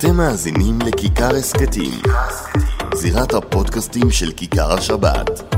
אתם מאזינים לכיכר הסקטים, זירת הפודקאסטים של כיכר השבת.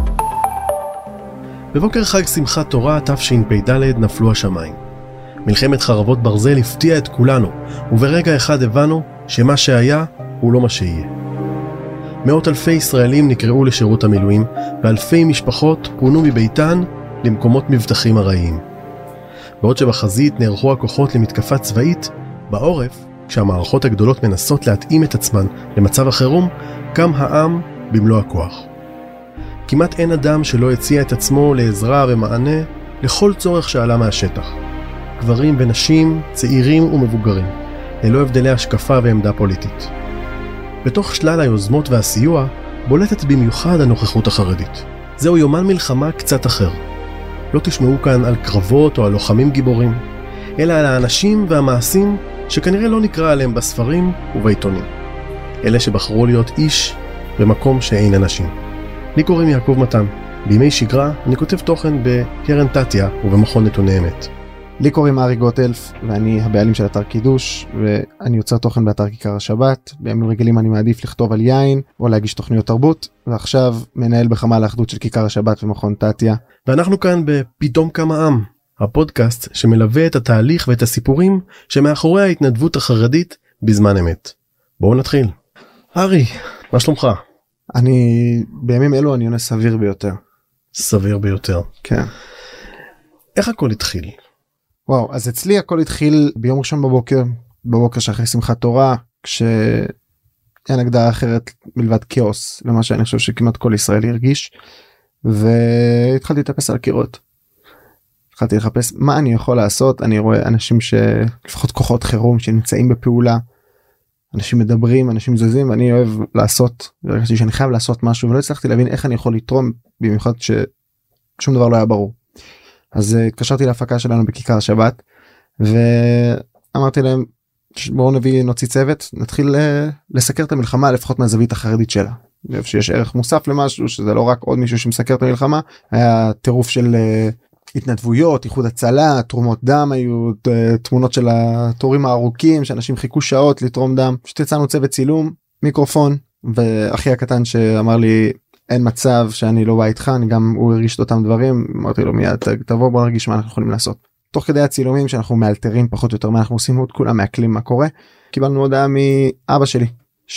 בבוקר חג שמחת תורה תשפ"ד נפלו השמיים. מלחמת חרבות ברזל הפתיעה את כולנו, וברגע אחד הבנו שמה שהיה הוא לא מה שיהיה. מאות אלפי ישראלים נקראו לשירות המילואים, ואלפי משפחות פונו מביתן למקומות מבטחים ארעיים. בעוד שבחזית נערכו הכוחות למתקפה צבאית, בעורף, כשהמערכות הגדולות מנסות להתאים את עצמן למצב החירום, קם העם במלוא הכוח. כמעט אין אדם שלא הציע את עצמו לעזרה ומענה לכל צורך שעלה מהשטח. גברים ונשים, צעירים ומבוגרים, ללא הבדלי השקפה ועמדה פוליטית. בתוך שלל היוזמות והסיוע, בולטת במיוחד הנוכחות החרדית. זהו יומן מלחמה קצת אחר. לא תשמעו כאן על קרבות או על לוחמים גיבורים, אלא על האנשים והמעשים שכנראה לא נקרא עליהם בספרים ובעיתונים. אלה שבחרו להיות איש במקום שאין אנשים. לי קוראים יעקב מתן. בימי שגרה אני כותב תוכן בקרן תתיה ובמכון נתוני אמת. לי קוראים ארי גוטלף, ואני הבעלים של אתר קידוש, ואני יוצר תוכן באתר כיכר השבת. בימים רגילים אני מעדיף לכתוב על יין או להגיש תוכניות תרבות, ועכשיו מנהל בחמ"ל האחדות של כיכר השבת ומכון תתיה. ואנחנו כאן בפתאום כמה עם, הפודקאסט שמלווה את התהליך ואת הסיפורים שמאחורי ההתנדבות החרדית בזמן אמת. בואו נתחיל. ארי, מה שלומך? בימים אלו אני עונה סביר ביותר. סביר ביותר. כן. איך הכל התחיל? וואו, אז אצלי הכל התחיל ביום ראשון בבוקר שאחרי שמחת תורה, כשאין הגדרה אחרת מלבד כאוס, למה שאני חושב שכמעט כל ישראלי הרגיש, והתחלתי לטפס על הקירות. התחלתי לחפש מה אני יכול לעשות. אני רואה אנשים שלפחות כוחות חירום שנמצאים בפעולה, אנשים מדברים, אנשים זזים, ואני אוהב לעשות, והרגשתי שאני חייב לעשות משהו, ולא הצלחתי להבין איך אני יכול לתרום, במיוחד ששום דבר לא היה ברור. אז התקשרתי להפקה שלנו בכיכר השבת, ואמרתי להם, בואו נוציא צוות, נתחיל לסקר את המלחמה, לפחות מהזווית החרדית שלה. שיש ערך מוסף למשהו, שזה לא רק עוד מישהו שמסקר את המלחמה, היה טירוף של התנדבויות, איחוד הצלה, תרומות דם, היו תמונות של התורים הארוכים, שאנשים חיכו שעות לתרום דם. פשוט יצאנו צוות צילום, מיקרופון, ואחי הקטן שאמר לי, אין מצב שאני לא בא איתך, הוא הרגיש את אותם דברים, אמרתי לו מיד, תבוא בוא נרגיש מה אנחנו יכולים לעשות. תוך כדי הצילומים שאנחנו מאלתרים פחות או יותר מה אנחנו עושים, עוד כולם מעכלים מה קורה, קיבלנו הודעה מאבא שלי,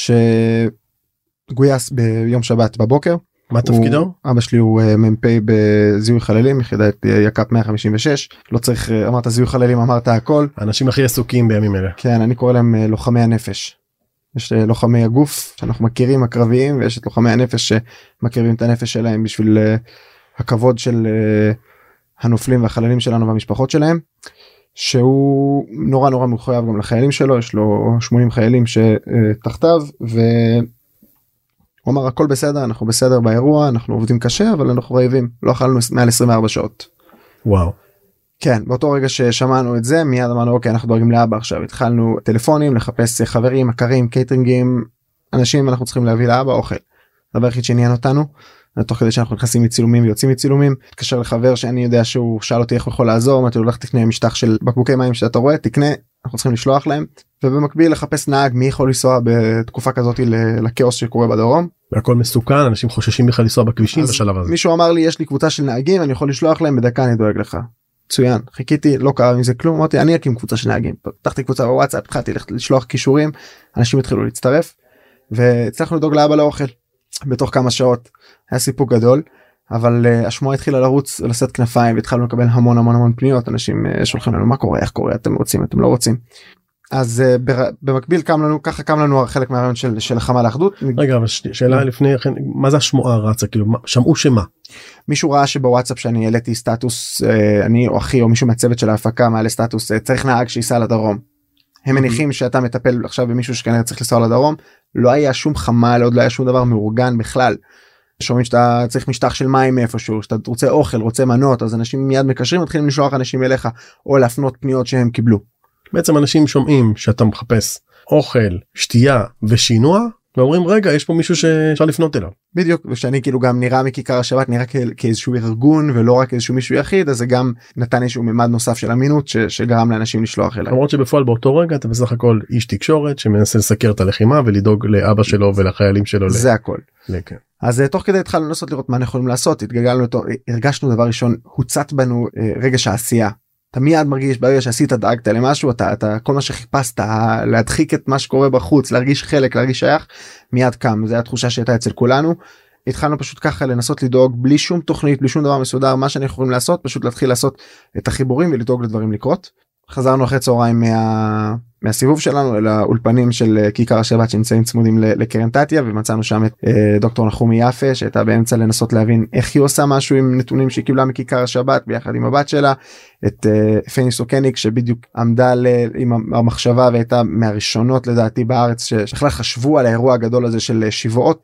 שגויס ביום שבת בבוקר. מה תפקידו? אבא שלי הוא מ"פ בזיהוי חללים, יחידת יק"פ 156, לא צריך, אמרת זיהוי חללים, אמרת הכל. האנשים הכי עסוקים בימים אלה. כן, אני קורא להם לוחמי הנפש. יש לוחמי הגוף שאנחנו מכירים, הקרביים, ויש את לוחמי הנפש שמכירים את הנפש שלהם בשביל הכבוד של הנופלים והחללים שלנו והמשפחות שלהם, שהוא נורא נורא מחויב גם לחיילים שלו, יש לו 80 חיילים שתחתיו, הוא אמר הכל בסדר, אנחנו בסדר באירוע, אנחנו עובדים קשה, אבל אנחנו רעבים, לא אכלנו מעל 24 שעות. וואו. כן, באותו רגע ששמענו את זה, מיד אמרנו, אוקיי, אנחנו דואגים לאבא עכשיו. התחלנו טלפונים, לחפש חברים, מכרים, קייטרינגים, אנשים, אנחנו צריכים להביא לאבא אוכל. הדבר היחיד שעניין אותנו, תוך כדי שאנחנו נכנסים מצילומים ויוצאים מצילומים, התקשר לחבר שאני יודע שהוא שאל אותי איך הוא יכול לעזור, אמרתי לו, לך תקנה משטח של בקבוקי מים שאתה רואה, תקנה, אנחנו צריכים לשלוח להם, ובמקביל לחפש נהג, מי יכול לנסוע בתקופה כזאת לכאוס שקורה בדרום. והכל מסוכן, אנשים חוששים בכלל לנסוע בכבישים בשלב הזה. מישהו אמר לי, יש לי קבוצה של נהגים, אני יכול לשלוח להם, בדקה אני דואג לך. מצוין, חיכיתי, לא קרה מזה כלום, אמרתי, אני אקים קבוצה של נהגים. פתחתי קבוצה בוואטסאפ, התחלתי לשלוח קישורים, אנשים התחילו להצטרף, והצלחנו לדאוג לאבא לאוכל. בתוך כמה שעות היה סיפוק גדול, אבל השמועה התחילה לרוץ ולשאת כנפיים, והתחלנו לקבל המון פניות, אנשים שולחים לנו, מה קורה, איך קורה, אתם רוצים, אתם לא רוצים. אז במקביל קם לנו חלק מהרעיון של חמ"ל האחדות. רגע, אבל שאלה לפני, מה זה השמועה רצה? כאילו, שמעו שמה? מישהו ראה שבוואטסאפ שאני העליתי סטטוס, אני או אחי או מישהו מהצוות של ההפקה מעלה סטטוס, צריך נהג שייסע לדרום. הם מניחים שאתה מטפל עכשיו במישהו שכנראה צריך לנסוע לדרום, לא היה שום חמ"ל, עוד לא היה שום דבר מאורגן בכלל. שומעים שאתה צריך משטח של מים איפשהו, שאתה רוצה אוכל, רוצה מנות, אז אנשים מיד מקשרים, מתחילים לשלוח אנשים אליך, או להפנות פניות שהם קיבלו. בעצם אנשים שומעים שאתה מחפש אוכל, שתייה ושינוע, ואומרים רגע, יש פה מישהו שאפשר לפנות אליו. בדיוק, ושאני כאילו גם נראה מכיכר השבת, נראה כאיזשהו ארגון ולא רק איזשהו מישהו יחיד, אז זה גם נתן איזשהו ממד נוסף של אמינות שגרם לאנשים לשלוח אליי. למרות שבפועל באותו רגע אתה בסך הכל איש תקשורת שמנסה לסקר את הלחימה ולדאוג לאבא שלו ולחיילים שלו. זה הכל. כן. אז תוך כדי התחלנו לנסות לראות מה אנחנו יכולים לעשות, התגלגלנו אותו, הרגשנו דבר ראשון, הוצאת בנו רגש העשייה. אתה מיד מרגיש ברגע שעשית דאגת למשהו, אתה כל מה שחיפשת להדחיק את מה שקורה בחוץ, להרגיש חלק, להרגיש שייך, מיד קם. זו התחושה שהייתה אצל כולנו. התחלנו פשוט ככה לנסות לדאוג בלי שום תוכנית, בלי שום דבר מסודר, מה שאנחנו יכולים לעשות, פשוט להתחיל לעשות את החיבורים ולדאוג לדברים לקרות. חזרנו אחרי צהריים מהסיבוב שלנו אל האולפנים של כיכר השבת שנמצאים צמודים לקרן תתיה, ומצאנו שם את דוקטור נחומי יפה שהייתה באמצע לנסות להבין איך היא עושה משהו עם נתונים שהיא קיבלה מכיכר השבת ביחד עם הבת שלה, את פני סוקניק שבדיוק עמדה עם המחשבה והייתה מהראשונות לדעתי בארץ שבכלל חשבו על האירוע הגדול הזה של שבועות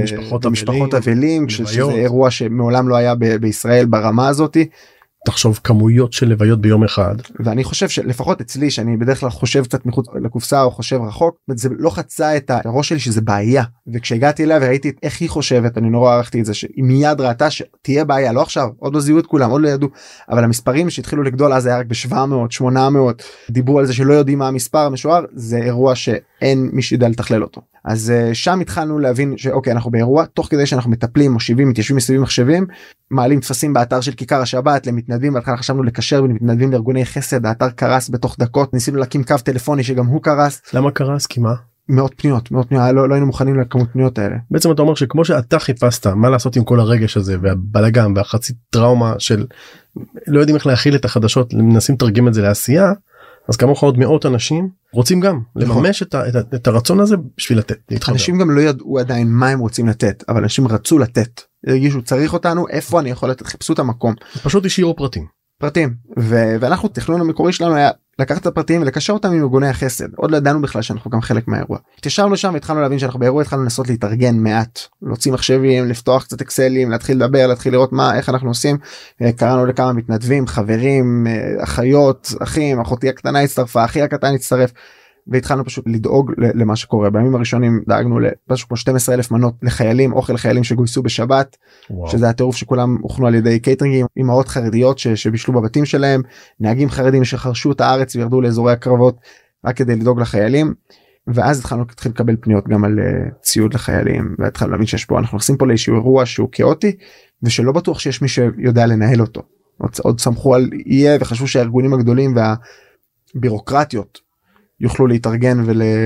ומשפחות אבלים, שזה אירוע שמעולם לא היה בישראל ברמה הזאתי. תחשוב כמויות של לוויות ביום אחד. ואני חושב שלפחות אצלי, שאני בדרך כלל חושב קצת מחוץ לקופסה או חושב רחוק, זה לא חצה את הראש שלי שזה בעיה. וכשהגעתי אליה וראיתי איך היא חושבת, אני נורא ערכתי את זה, שהיא מיד ראתה שתהיה בעיה, לא עכשיו, עוד לא זיהו את כולם, עוד לא ידעו, אבל המספרים שהתחילו לגדול אז היה רק ב-700, 800, דיברו על זה שלא יודעים מה המספר המשוער, זה אירוע שאין מי שידע לתכלל אותו. אז שם התחלנו להבין שאוקיי, אנחנו באירוע, תוך כדי שאנחנו מטפלים, מושיבים, מתיישבים מסביב מחשבים, מעלים תפסים באתר של כיכר השבת למתנדבים, בהתחלה חשבנו לקשר בין מתנדבים לארגוני חסד, האתר קרס בתוך דקות, ניסינו להקים קו טלפוני שגם הוא קרס. למה קרס? כי מה? מאות פניות, לא היינו מוכנים לכמות פניות האלה. בעצם אתה אומר שכמו שאתה חיפשת מה לעשות עם כל הרגש הזה והבלגן והחצי טראומה של לא יודעים איך להכיל את החדשות, מנסים לתרגם את זה לעשייה, אז כמוך עוד מאות אנשים רוצים גם לממש את הרצון הזה בשביל לתת. אנשים גם לא ידעו עדיין מה הם רוצים לתת, אבל אנשים רצו לתת. הרגישו צריך אותנו, איפה אני יכול לתת, חיפשו את המקום. פשוט השאירו פרטים. ואנחנו, תכנון המקורי שלנו היה לקחת את הפרטים ולקשר אותם עם ארגוני החסד. עוד לא ידענו בכלל שאנחנו גם חלק מהאירוע. התיישבנו שם והתחלנו להבין שאנחנו באירוע, התחלנו לנסות להתארגן מעט, להוציא מחשבים, לפתוח קצת אקסלים, להתחיל לדבר, להתחיל לראות איך אנחנו עושים. קראנו לכמה מתנדבים, חברים, אחיות, אחים, אחותי הקטנה הצטרפה, אחי הקטן הצטרף, והתחלנו פשוט לדאוג למה שקורה. בימים הראשונים דאגנו לפשוט כמו 12,000 מנות לחיילים, אוכל לחיילים שגויסו בשבת, שזה הטירוף שכולם הוכנו על ידי קייטרינגים, אמהות חרדיות שבישלו בבתים שלהם, נהגים חרדים שחרשו את הארץ וירדו לאזורי הקרבות רק כדי לדאוג לחיילים. ואז התחלנו לקבל פניות גם על ציוד לחיילים, והתחלנו להבין שיש פה, אנחנו נכנסים פה לאיזשהו אירוע שהוא כאוטי, ושלא בטוח שיש מי שיודע לנהל אותו. עוד סמכו על יהיה וחשבו שהארגונים הגדולים והבירוקרטיות יוכלו להתארגן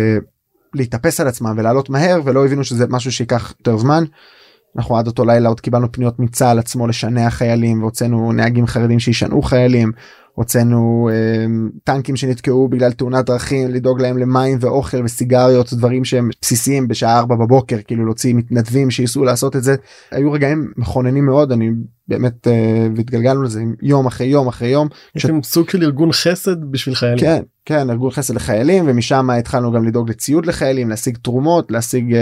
ולהתאפס על עצמם ולעלות מהר, ולא הבינו שזה משהו שיקח יותר זמן. אנחנו עד אותו לילה עוד קיבלנו פניות מצה"ל עצמו לשנע חיילים, והוצאנו נהגים חרדים שישנעו חיילים, הוצאנו טנקים שנתקעו בגלל תאונת דרכים, לדאוג להם למים ואוכל וסיגריות, דברים שהם בסיסיים בשעה 4 בבוקר, כאילו להוציא מתנדבים שיסעו לעשות את זה. היו רגעים מכוננים מאוד, אני באמת, והתגלגלנו לזה יום אחרי יום אחרי יום. יש שם סוג של ארגון חסד בשביל חיילים. כן, ארגון חסד לחיילים, ומשם התחלנו גם לדאוג לציוד לחיילים, להשיג תרומות, להשיג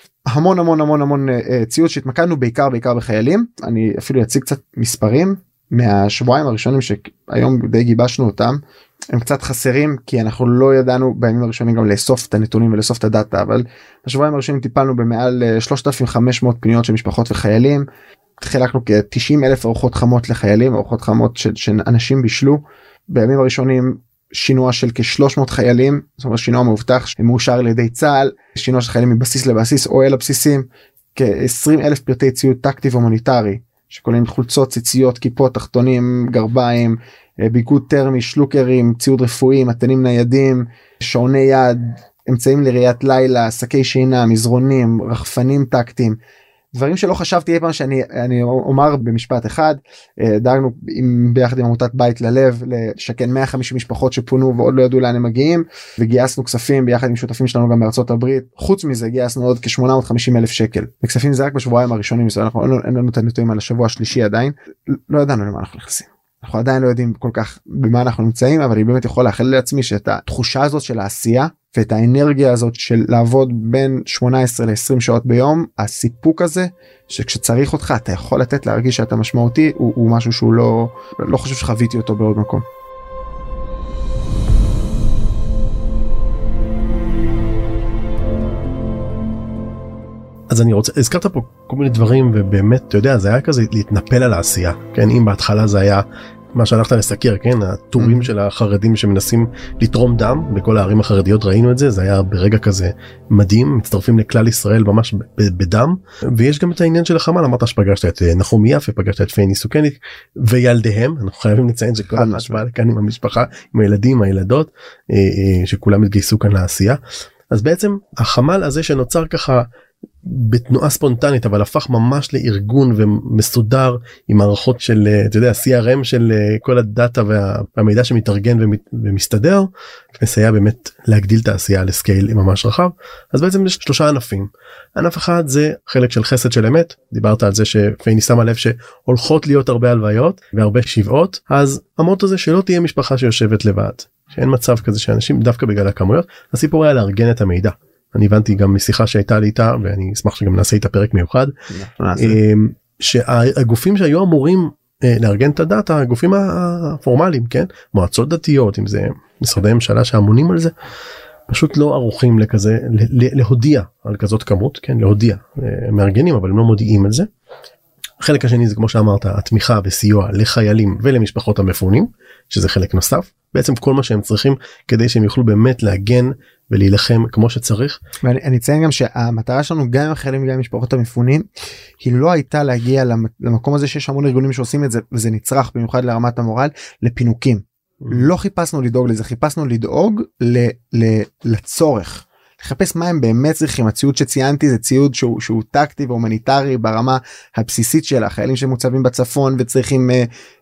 המון ציוד שהתמקדנו בעיקר בחיילים. אני אפילו אציג קצת מספרים מהשבועיים הראשונים שהיום די גיבשנו אותם, הם קצת חסרים כי אנחנו לא ידענו בימים הראשונים גם לאסוף את הנתונים ולאסוף את הדאטה, אבל בשבועיים הראשונים טיפלנו במעל 3,500 פניות של משפחות וחיילים, חילקנו כ-90,000 ארוחות חמות לחיילים, ארוחות חמות שאנשים בישלו. בימים הראשונים שינוע של כ-300 חיילים, זאת אומרת שינוע מאובטח שמאושר על ידי צה"ל, שינוע של חיילים מבסיס לבסיס או אל הבסיסים, כ-20,000 פרטי ציוד טקטי והומניטרי, שכוללים חולצות, ציציות, כיפות, תחתונים, גרביים, ביגוד טרמי, שלוקרים, ציוד רפואי, מתנים ניידים, שעוני יד, אמצעים לראיית לילה, שקי שינה, מזרונים, רחפנים טקטיים, דברים שלא חשבתי אי פעם שאני אומר במשפט אחד. דאגנו ביחד עם עמותת בית ללב לשכן 150 משפחות שפונו ועוד לא ידעו לאן הם מגיעים, וגייסנו כספים ביחד עם שותפים שלנו גם בארצות הברית. חוץ מזה גייסנו עוד כ-850,000 שקל, וכספים זה רק בשבועיים הראשונים, אין לנו את הנתונים על השבוע השלישי עדיין, לא ידענו למה אנחנו נכנסים, אנחנו עדיין לא יודעים כל כך במה אנחנו נמצאים, אבל אני באמת יכול לאחל לעצמי שאת התחושה הזאת של העשייה ואת האנרגיה הזאת של לעבוד בין 18 ל-20 שעות ביום, הסיפוק הזה שכשצריך אותך אתה יכול לתת להרגיש שאתה משמעותי, הוא משהו שהוא לא חושב שחוויתי אותו בעוד מקום. אז אני רוצה, הזכרת פה כל מיני דברים, ובאמת, אתה יודע, זה היה כזה להתנפל על העשייה, כן? אם בהתחלה זה היה מה שהלכת לסקר, כן? הטורים של החרדים שמנסים לתרום דם, בכל הערים החרדיות ראינו את זה, זה היה ברגע כזה מדהים, מצטרפים לכלל ישראל ממש בדם, ויש גם את העניין של החמ"ל, אמרת שפגשת את נחום יפה, פגשת את פייני סוכני, וילדיהם, אנחנו חייבים לציין שכל ההשוואה לכאן עם המשפחה, עם הילדים, הילדות, שכולם התגייסו כאן לעשייה, אז בעצם החמ"ל הזה שנוצר ככה, בתנועה ספונטנית, אבל הפך ממש לארגון ומסודר עם מערכות של, אתה יודע, CRM של כל הדאטה והמידע שמתארגן ומסתדר, מסייע באמת להגדיל את העשייה לסקייל ממש רחב. אז בעצם יש 3 ענפים. ענף אחד זה חלק של חסד של אמת, דיברת על זה שפייני שמה לב שהולכות להיות הרבה הלוויות והרבה שבעות, אז המוטו זה שלא תהיה משפחה שיושבת לבד, שאין מצב כזה שאנשים דווקא בגלל הכמויות, הסיפור היה לארגן את המידע. אני הבנתי גם משיחה שהייתה לי איתה, ואני אשמח שגם נעשה איתה פרק מיוחד, שהגופים שהיו אמורים לארגן את הדאטה, הגופים הפורמליים, כן, מועצות דתיות, אם זה משרדי ממשלה שאמונים על זה, פשוט לא ערוכים לכזה, להודיע על כזאת כמות, כן, להודיע, מארגנים, אבל הם לא מודיעים על זה. החלק השני זה כמו שאמרת, התמיכה וסיוע לחיילים ולמשפחות המפונים, שזה חלק נוסף, בעצם כל מה שהם צריכים כדי שהם יוכלו באמת להגן ולהילחם כמו שצריך. ואני אציין גם שהמטרה שלנו גם עם החיילים וגם עם משפחות המפונים, היא לא הייתה להגיע למקום הזה שיש המון ארגונים שעושים את זה, וזה נצרך במיוחד לרמת המורל, לפינוקים. לא חיפשנו לדאוג לזה, חיפשנו לדאוג לצורך. לחפש מה הם באמת צריכים. הציוד שציינתי זה ציוד שהוא טקטי והומניטרי ברמה הבסיסית של החיילים שמוצבים בצפון וצריכים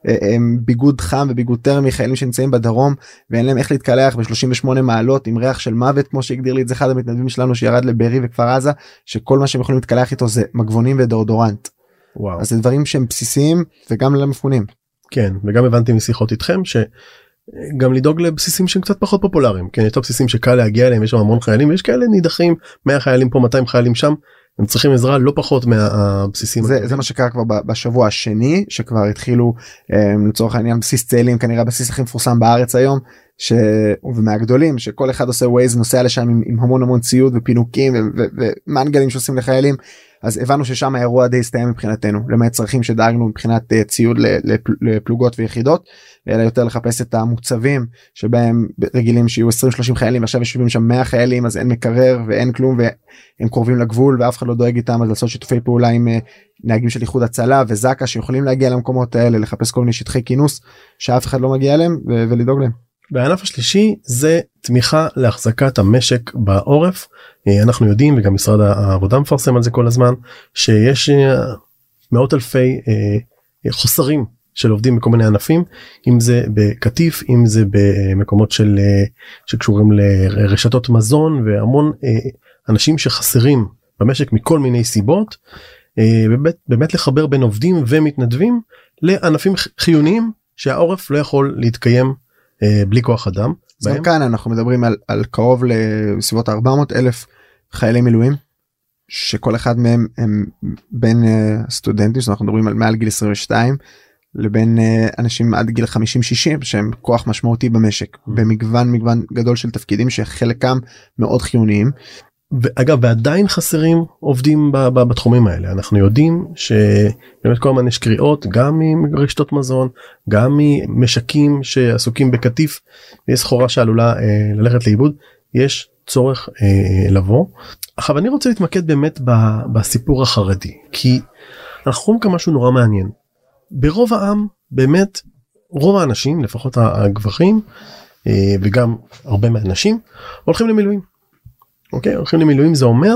ביגוד חם וביגוד טרמי, חיילים שנמצאים בדרום ואין להם איך להתקלח ב-38 מעלות עם ריח של מוות, כמו שהגדיר לי את זה אחד המתנדבים שלנו שירד לבארי וכפר עזה, שכל מה שהם יכולים להתקלח איתו זה מגבונים ודאודורנט. וואו. אז זה דברים שהם בסיסיים וגם למפונים. כן, וגם הבנתי משיחות איתכם גם לדאוג לבסיסים שהם קצת פחות פופולריים, כן, יש את הבסיסים שקל להגיע אליהם, יש שם המון חיילים, יש כאלה נידחים, 100 חיילים פה, 200 חיילים שם, הם צריכים עזרה לא פחות מהבסיסים. זה מה שקרה כבר בשבוע השני, שכבר התחילו לצורך העניין בסיס צאלים, כנראה הבסיס הכי מפורסם בארץ היום, ומהגדולים, שכל אחד עושה ווייז, נוסע לשם עם המון ציוד ופינוקים ומנגלים שעושים לחיילים, אז הבנו ששם האירוע די הסתיים מבחינתנו, למעט צרכים שדאגנו מבחינת ציוד לפלוגות ויחידות, אלא יותר לחפש את המוצבים שבהם רגילים שיהיו 20-30 חיילים, עכשיו יושבים שם 100 חיילים, אז אין מקרר ואין כלום, והם קרובים לגבול ואף אחד לא דואג איתם, אז לעשות שיתופי פעולה עם נהגים של איחוד הצלה וזקה שיכולים להגיע למקומות האלה, לחפש כל מיני שטחי כינוס שאף אחד לא מגיע אליהם ולדאוג להם. והענף השלישי זה תמיכה להחזקת המשק בעורף. אנחנו יודעים, וגם משרד העבודה מפרסם על זה כל הזמן, שיש מאות אלפי חוסרים של עובדים בכל מיני ענפים, אם זה בקטיף, אם זה במקומות שקשורים לרשתות מזון, והמון אנשים שחסרים במשק מכל מיני סיבות, באמת לחבר בין עובדים ומתנדבים לענפים חיוניים שהעורף לא יכול להתקיים בלי כוח אדם. גם כאן אנחנו מדברים על קרוב לסביבות 400,000 חיילי מילואים, שכל אחד מהם הם בין סטודנטים, שאנחנו מדברים על מעל גיל 22, לבין אנשים עד גיל 50-60, שהם כוח משמעותי במשק, במגוון גדול של תפקידים שחלקם מאוד חיוניים. ואגב, ועדיין חסרים עובדים בתחומים האלה. אנחנו יודעים שבאמת כל הזמן יש קריאות, גם מרשתות מזון, גם ממשקים שעסוקים בקטיף, ויש סחורה שעלולה ללכת לאיבוד, יש צורך לבוא. עכשיו אני רוצה להתמקד באמת בסיפור החרדי, כי אנחנו רואים כאן משהו נורא מעניין. ברוב העם, באמת, רוב האנשים, לפחות הגברים, וגם הרבה מהאנשים, הולכים למילואים. אוקיי, הולכים למילואים, זה אומר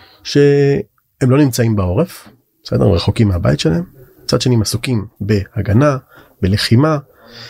שהם לא נמצאים בעורף, בסדר, רחוקים מהבית שלהם, צד שני עסוקים בהגנה, בלחימה,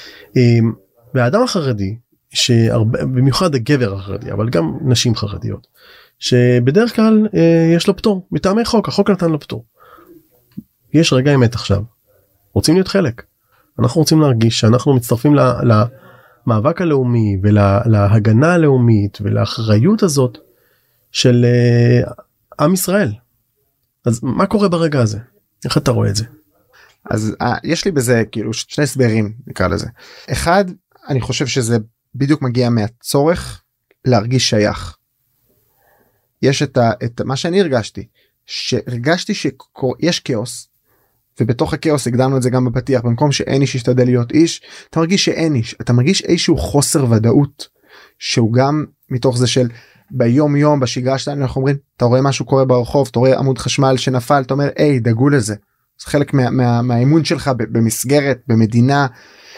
והאדם החרדי, במיוחד הגבר החרדי, אבל גם נשים חרדיות, שבדרך כלל יש לו פטור, מטעמי חוק, החוק נתן לו פטור. יש רגע אמת עכשיו, רוצים להיות חלק, אנחנו רוצים להרגיש שאנחנו מצטרפים למאבק הלאומי ולהגנה הלאומית ולאחריות הזאת של עם ישראל. אז מה קורה ברגע הזה? איך אתה רואה את זה? אז יש לי בזה כאילו שני הסברים, נקרא לזה. אחד, אני חושב שזה בדיוק מגיע מהצורך להרגיש שייך. יש את מה שאני הרגשתי, שהרגשתי שיש כאוס, ובתוך הכאוס הגדרנו את זה גם בפתיח, במקום שאין איש ישתדל להיות איש, אתה מרגיש שאין איש, אתה מרגיש איזשהו חוסר ודאות, שהוא גם מתוך זה של ביום יום בשגרה שלנו אנחנו אומרים, אתה רואה משהו קורה ברחוב, אתה רואה עמוד חשמל שנפל, אתה אומר היי דאגו לזה, זה חלק מהאימון שלך במסגרת, במדינה,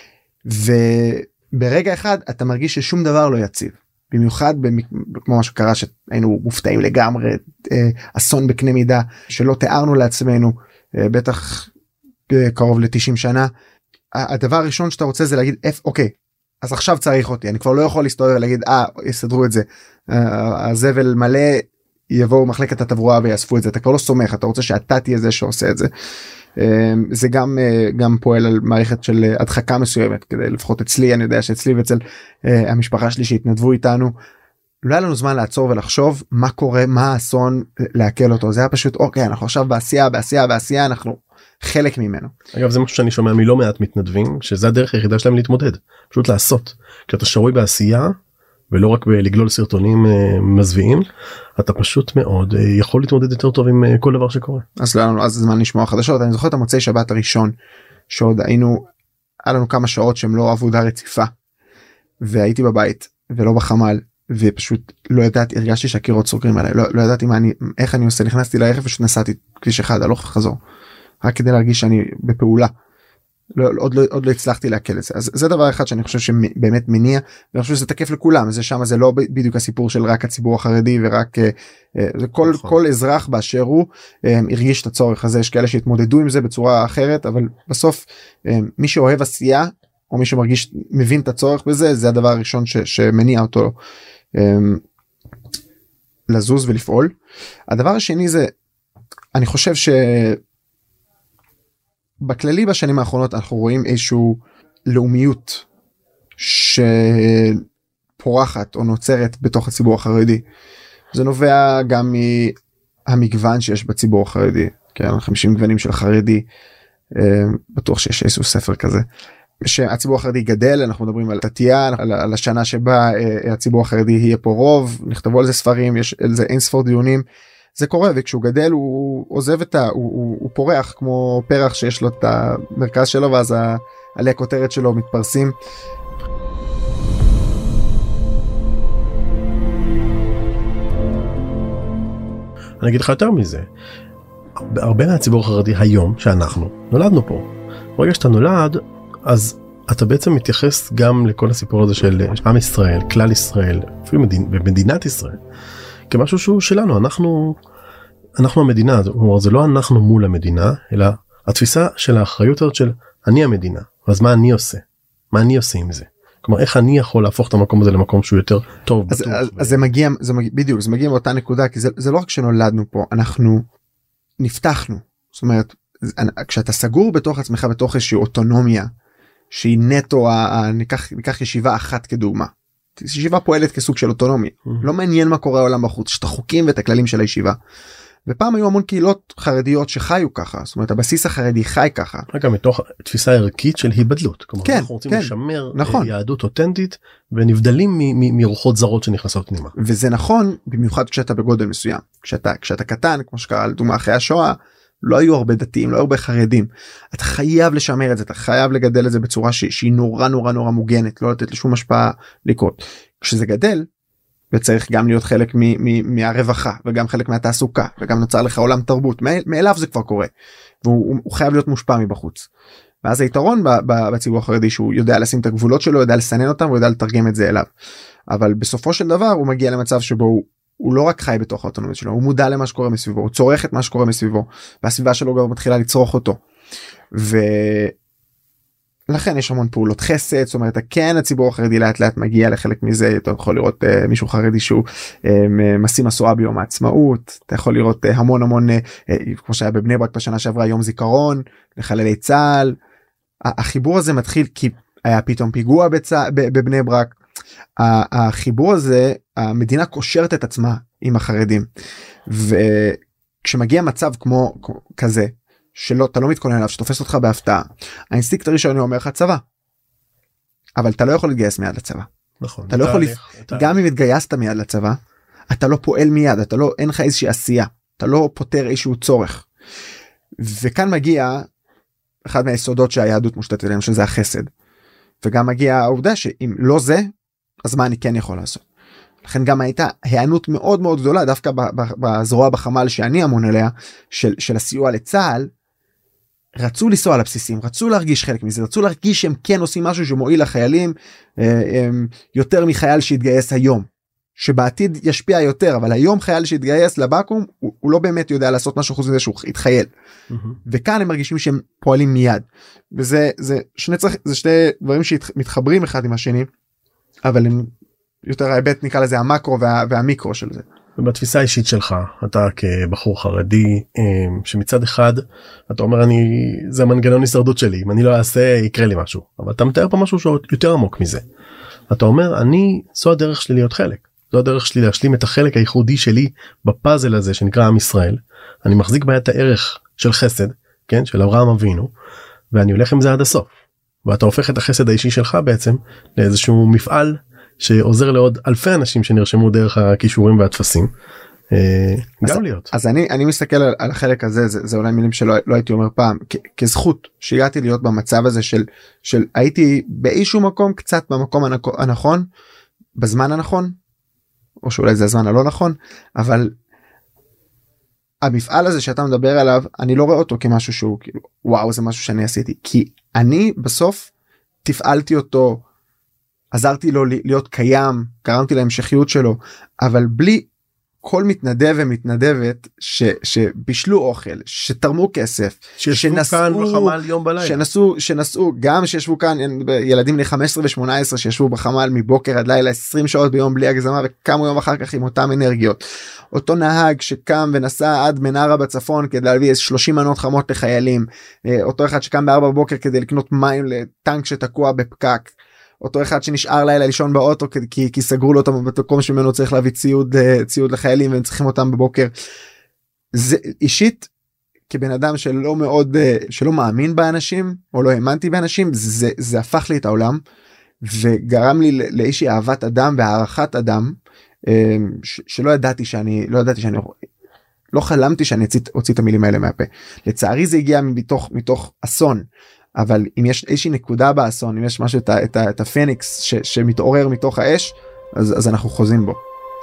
וברגע אחד אתה מרגיש ששום דבר לא יציב, במיוחד כמו מה שקרה שהיינו מופתעים לגמרי, אסון בקנה מידה שלא תיארנו לעצמנו, בטח קרוב ל-90 שנה, הדבר הראשון שאתה רוצה זה להגיד אוקיי, אז עכשיו צריך אותי, אני כבר לא יכול להסתובב ולהגיד יסדרו את זה, הזבל מלא, יבואו מחלקת התברואה ויאספו את זה, אתה כבר לא סומך, אתה רוצה שאתה תהיה זה שעושה את זה. זה גם פועל על מערכת של הדחקה מסוימת, כדי לפחות אצלי, אני יודע שאצלי ואצל המשפחה שלי שהתנדבו איתנו, לא היה לנו זמן לעצור ולחשוב מה קורה, מה האסון, להקל אותו, זה היה פשוט אוקיי, אנחנו עכשיו בעשייה, אנחנו חלק ממנו. אגב זה משהו שאני שומע מלא מעט מתנדבים, שזה הדרך היחידה שלהם להתמודד, פשוט לעשות, כי אתה שרוי בעשייה, ולא רק בלגלול סרטונים מזוויעים, אתה פשוט מאוד יכול להתמודד יותר טוב עם כל דבר שקורה. אז לא היה לנו אז זמן לשמוע חדשות, אני זוכר את המוצאי שבת הראשון, שעוד היה לנו כמה שעות שהם לא עבודה רציפה, והייתי בבית ולא בחמ"ל, ופשוט לא ידעתי, הרגשתי שהקירות סוגרים עליי, לא ידעתי איך אני עושה, נכנסתי לרכב פשוט נסעתי כביש אחד, הלוך וחזור, רק כדי להרגיש שאני בפעולה, עוד לא הצלחתי להקל את זה. אז זה דבר אחד שאני חושב שבאמת מניע, ואני חושב שזה תקף לכולם, זה שם, זה לא בדיוק הסיפור של רק הציבור החרדי, ורק כל אזרח באשר הוא הרגיש את הצורך הזה, יש כאלה שהתמודדו עם זה בצורה אחרת, אבל בסוף מי שאוהב עשייה, או מי שמרגיש, מבין את הצורך בזה, זה הדבר הראשון שמניע אותו לזוז ולפעול. הדבר השני זה, אני חושב בכללי בשנים האחרונות אנחנו רואים איזשהו לאומיות שפורחת או נוצרת בתוך הציבור החרדי. זה נובע גם מהמגוון שיש בציבור החרדי, כן, 50 גוונים של חרדי, בטוח שיש איזשהו ספר כזה. שהציבור החרדי גדל, אנחנו מדברים על תתיה, על השנה שבה הציבור החרדי יהיה פה רוב, נכתבו על זה ספרים, יש על זה אין ספור דיונים, זה קורה, וכשהוא גדל הוא עוזב הוא פורח כמו פרח שיש לו את המרכז שלו, ואז עלי הכותרת שלו מתפרסים. אני אגיד לך יותר מזה, הרבה מהציבור החרדי היום שאנחנו נולדנו פה, ברגע שאתה נולד, אז אתה בעצם מתייחס גם לכל הסיפור הזה של עם ישראל, כלל ישראל, אפילו במדינת ישראל, כמשהו שהוא שלנו, אנחנו המדינה, זה לא אנחנו מול המדינה, אלא התפיסה של האחריות הזאת של אני המדינה, אז מה אני עושה? מה אני עושה עם זה? כלומר, איך אני יכול להפוך את המקום הזה למקום שהוא יותר טוב? אז זה מגיע, בדיוק, זה מגיע מאותה נקודה, כי זה לא רק שנולדנו פה, אנחנו נפתחנו, זאת אומרת, כשאתה סגור בתוך עצמך, בתוך איזושהי אוטונומיה, שהיא נטו, ניקח ישיבה אחת כדוגמה, ישיבה פועלת כסוג של אוטונומיה, לא מעניין מה קורה העולם בחוץ, שאת החוקים ואת הכללים של הישיבה, ופעם היו המון קהילות חרדיות שחיו ככה, זאת אומרת הבסיס החרדי חי ככה. רגע, מתוך תפיסה ערכית של היבדלות, כלומר כן, אנחנו רוצים לשמר נכון. יהדות אותנטית, ונבדלים מרוחות זרות שנכנסות פנימה. וזה נכון, במיוחד כשאתה בגודל מסוים, כשאתה קטן, כמו שקרה לדוגמה אחרי השואה, לא היו הרבה דתיים, לא היו הרבה חרדים, אתה חייב לשמר את זה, אתה חייב לגדל את זה בצורה שהיא נורא נורא נורא מוגנת, לא לתת לשום השפעה לקרות. כשזה גדל, וצריך גם להיות חלק מהרווחה, וגם חלק מהתעסוקה, וגם נוצר לך עולם תרבות, מאליו זה כבר קורה, והוא חייב להיות מושפע מבחוץ. ואז היתרון בציבור החרדי, שהוא יודע לשים את הגבולות שלו, יודע לסנן אותם, הוא יודע לתרגם את זה אליו. אבל בסופו של דבר, הוא מגיע למצב שבו הוא לא רק חי בתוך האוטונומיה שלו, הוא מודע למה שקורה מסביבו, הוא צורך את מה שקורה מסביבו, והסביבה שלו גם מתחילה לצרוך אותו. לכן יש המון פעולות חסד, זאת אומרת, כן, הציבור החרדי לאט לאט מגיע לחלק מזה, אתה יכול לראות מישהו חרדי שהוא משים מסועה ביום העצמאות, אתה יכול לראות המון, כמו שהיה בבני ברק בשנה שעברה, יום זיכרון, לחללי צה"ל, החיבור הזה מתחיל כי היה פתאום פיגוע בבני ברק, החיבור הזה, המדינה קושרת את עצמה עם החרדים, וכשמגיע מצב כמו כזה, שלא, אתה לא מתכונן אליו, שתופס אותך בהפתעה. האינסטינקט הראשון אומר לך צבא. אבל אתה לא יכול להתגייס מיד לצבא. נכון. אתה לא יכול, גם אם התגייסת מיד לצבא, אתה לא פועל מיד, אין לך איזושהי עשייה. אתה לא פותר איזשהו צורך. וכאן מגיע אחד מהיסודות שהיהדות מושתתת עליהם, שזה החסד. וגם מגיע העובדה שאם לא זה, אז מה אני כן יכול לעשות? לכן גם הייתה הענות מאוד מאוד גדולה, דווקא בזרוע בחמ"ל שאני אמון עליה, של הסיוע לצה"ל, רצו לנסוע על הבסיסים, רצו להרגיש חלק מזה, רצו להרגיש שהם כן עושים משהו שמועיל לחיילים, יותר מחייל שהתגייס היום, שבעתיד ישפיע יותר, אבל היום חייל שהתגייס לבקו"ם, הוא לא באמת יודע לעשות משהו חוץ מזה שהוא התחייל. וכאן הם מרגישים שהם פועלים מיד. וזה שני דברים שמתחברים אחד עם השני, אבל הם יותר ההיבט נקרא לזה המקרו והמיקרו של זה. ובתפיסה האישית שלך, אתה כבחור חרדי, שמצד אחד, אתה אומר, זה המנגנון הישרדות שלי, אם אני לא אעשה, יקרה לי משהו. אבל אתה מתאר פה משהו שהוא יותר עמוק מזה. אתה אומר, זו הדרך שלי להיות חלק. זו הדרך שלי להשלים את החלק הייחודי שלי בפאזל הזה שנקרא עם ישראל. אני מחזיק ביד את הערך של חסד, כן, של אברהם אבינו, ואני הולך עם זה עד הסוף. ואתה הופך את החסד האישי שלך בעצם לאיזשהו מפעל שעוזר לעוד אלפי אנשים שנרשמו דרך הכישורים והתפסים. גם להיות. אז אני מסתכל על החלק הזה, זה אולי מילים שלא הייתי אומר פעם, כזכות שהגעתי להיות במצב הזה של הייתי באיזשהו מקום, קצת במקום הנכון, בזמן הנכון, או שאולי זה הזמן הלא נכון, אבל המפעל הזה שאתה מדבר עליו, אני לא רואה אותו כמשהו שהוא כאילו, וואו, זה משהו שאני עשיתי, כי אני בסוף תפעלתי אותו, עזרתי לו להיות קיים, גרמתי להמשכיות שלו, אבל בלי כל מתנדב ומתנדבת שבישלו אוכל, שתרמו כסף, שישבו כאן בחמ"ל יום בלילה, שנסעו, גם שישבו כאן ילדים ל-15 ו-18 שישבו בחמ"ל מבוקר עד לילה 20 שעות ביום בלי הגזמה, וקמו יום אחר כך עם אותם אנרגיות. אותו נהג שקם ונסע עד מנרה בצפון כדי להביא 30 מנות חמות לחיילים, אותו אחד שקם ב-4 בבוקר כדי לקנות מים לטנק שתקוע בפקק, אותו אחד שנשאר לילה לישון באוטו כי סגרו לו אותם במקום שממנו צריך להביא ציוד לחיילים והם צריכים אותם בבוקר. זה אישית כבן אדם שלא מאמין באנשים או לא האמנתי באנשים, זה הפך לי את העולם וגרם לי לאיזושהי אהבת אדם והערכת אדם שלא ידעתי שאני לא חלמתי שאני אוציא את המילים האלה מהפה. לצערי זה הגיע מתוך אסון. אבל אם יש איזושהי נקודה באסון, אם יש משהו, את הפניקס שמתעורר מתוך האש, אז אנחנו חוזים בו.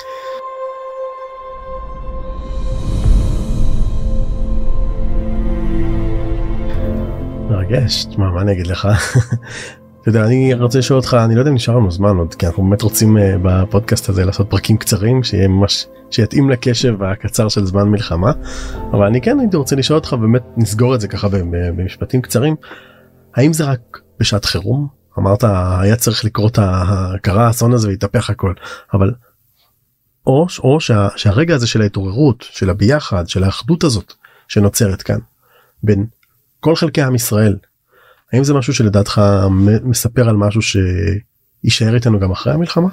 מרגש, מה אני אגיד לך? אתה יודע, אני רוצה לשאול אותך, אני לא יודע אם נשאר לנו זמן עוד, כי אנחנו באמת רוצים בפודקאסט הזה לעשות פרקים קצרים, שיהיה ממש, שיתאים לקשב הקצר של זמן מלחמה, אבל אני כן הייתי רוצה לשאול אותך, באמת נסגור את זה ככה במשפטים קצרים, האם זה רק בשעת חירום? אמרת, היה צריך לקרות קרה האסון הזה והתהפך הכל, אבל או שהרגע הזה של ההתעוררות, של הביחד, של האחדות הזאת שנוצרת כאן, בין כל חלקי עם ישראל, האם זה משהו שלדעתך מספר על משהו שישאר איתנו גם אחרי המלחמה?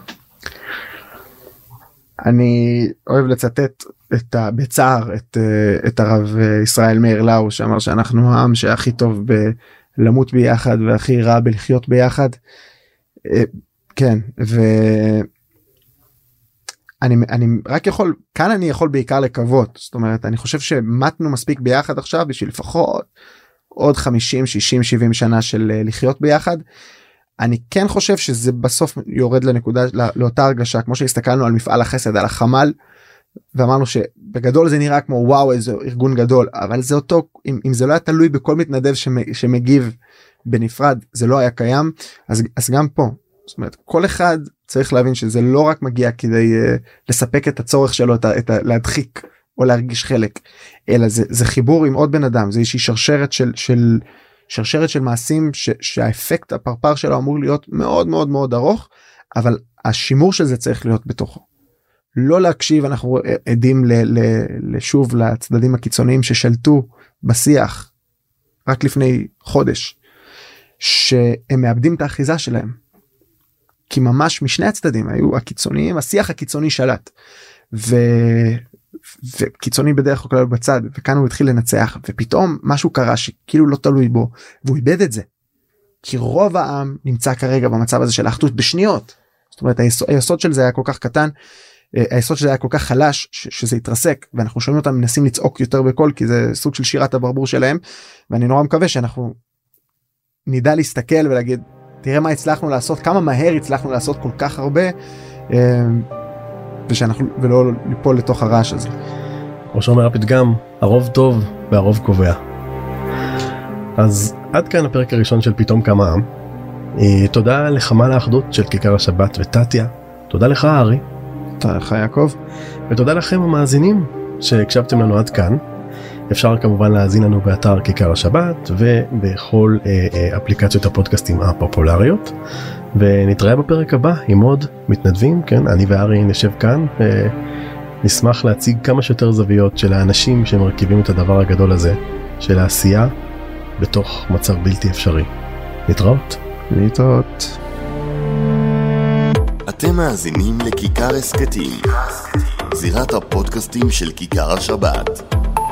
אני אוהב לצטט בצער את הרב ישראל מאיר לאו, שאמר שאנחנו העם שהכי טוב למות ביחד והכי רע בלחיות ביחד. כן, אני רק יכול, כאן אני יכול בעיקר לקוות, זאת אומרת, אני חושב שמתנו מספיק ביחד עכשיו בשביל לפחות עוד 50, 60, 70 שנה של לחיות ביחד. אני כן חושב שזה בסוף יורד לנקודה, לאותה הרגשה, כמו שהסתכלנו על מפעל החסד, על החמ"ל, ואמרנו שבגדול זה נראה כמו וואו איזה ארגון גדול, אבל זה אותו, אם זה לא היה תלוי בכל מתנדב שמגיב בנפרד, זה לא היה קיים, אז גם פה, זאת אומרת, כל אחד צריך להבין שזה לא רק מגיע כדי לספק את הצורך שלו, להדחיק או להרגיש חלק, אלא זה חיבור עם עוד בן אדם, זה איזושהי שרשרת של מעשים שהאפקט הפרפר שלו אמור להיות מאוד מאוד מאוד ארוך, אבל השימור של זה צריך להיות בתוכו. לא להקשיב, אנחנו עדים לשוב לצדדים הקיצוניים ששלטו בשיח רק לפני חודש, שהם מאבדים את האחיזה שלהם. כי ממש משני הצדדים היו הקיצוניים, השיח הקיצוני שלט. וקיצוני בדרך כלל בצד, וכאן הוא התחיל לנצח, ופתאום משהו קרה שכאילו לא תלוי בו, והוא איבד את זה. כי רוב העם נמצא כרגע במצב הזה של האחדות בשניות. זאת אומרת, היסוד של זה היה כל כך קטן, היסוד שזה היה כל כך חלש שזה התרסק, ואנחנו שומעים אותם מנסים לצעוק יותר בקול, כי זה סוג של שירת הברבור שלהם, ואני נורא מקווה שאנחנו נדע להסתכל ולהגיד, תראה מה הצלחנו לעשות, כמה מהר הצלחנו לעשות כל כך הרבה, ולא ליפול לתוך הרעש הזה. כמו שאומר הפתגם, הרוב טוב והרוב קובע. אז עד כאן הפרק הראשון של פתאום קם העם. תודה לחמ"ל האחדות של כיכר השבת וטטיה. תודה לך ארי. תודה לך יעקב. ותודה לכם המאזינים שהקשבתם לנו עד כאן. אפשר כמובן להאזין לנו באתר כיכר השבת ובכל אפליקציות הפודקאסטים הפופולריות. ונתראה בפרק הבא עם עוד מתנדבים. כן, אני וארי נשב כאן ונשמח להציג כמה שיותר זוויות של האנשים שמרכיבים את הדבר הגדול הזה של העשייה בתוך מצב בלתי אפשרי. להתראות. להתראות. אתם מאזינים לכיכר הסקטים, זירת הפודקאסטים של כיכר השבת.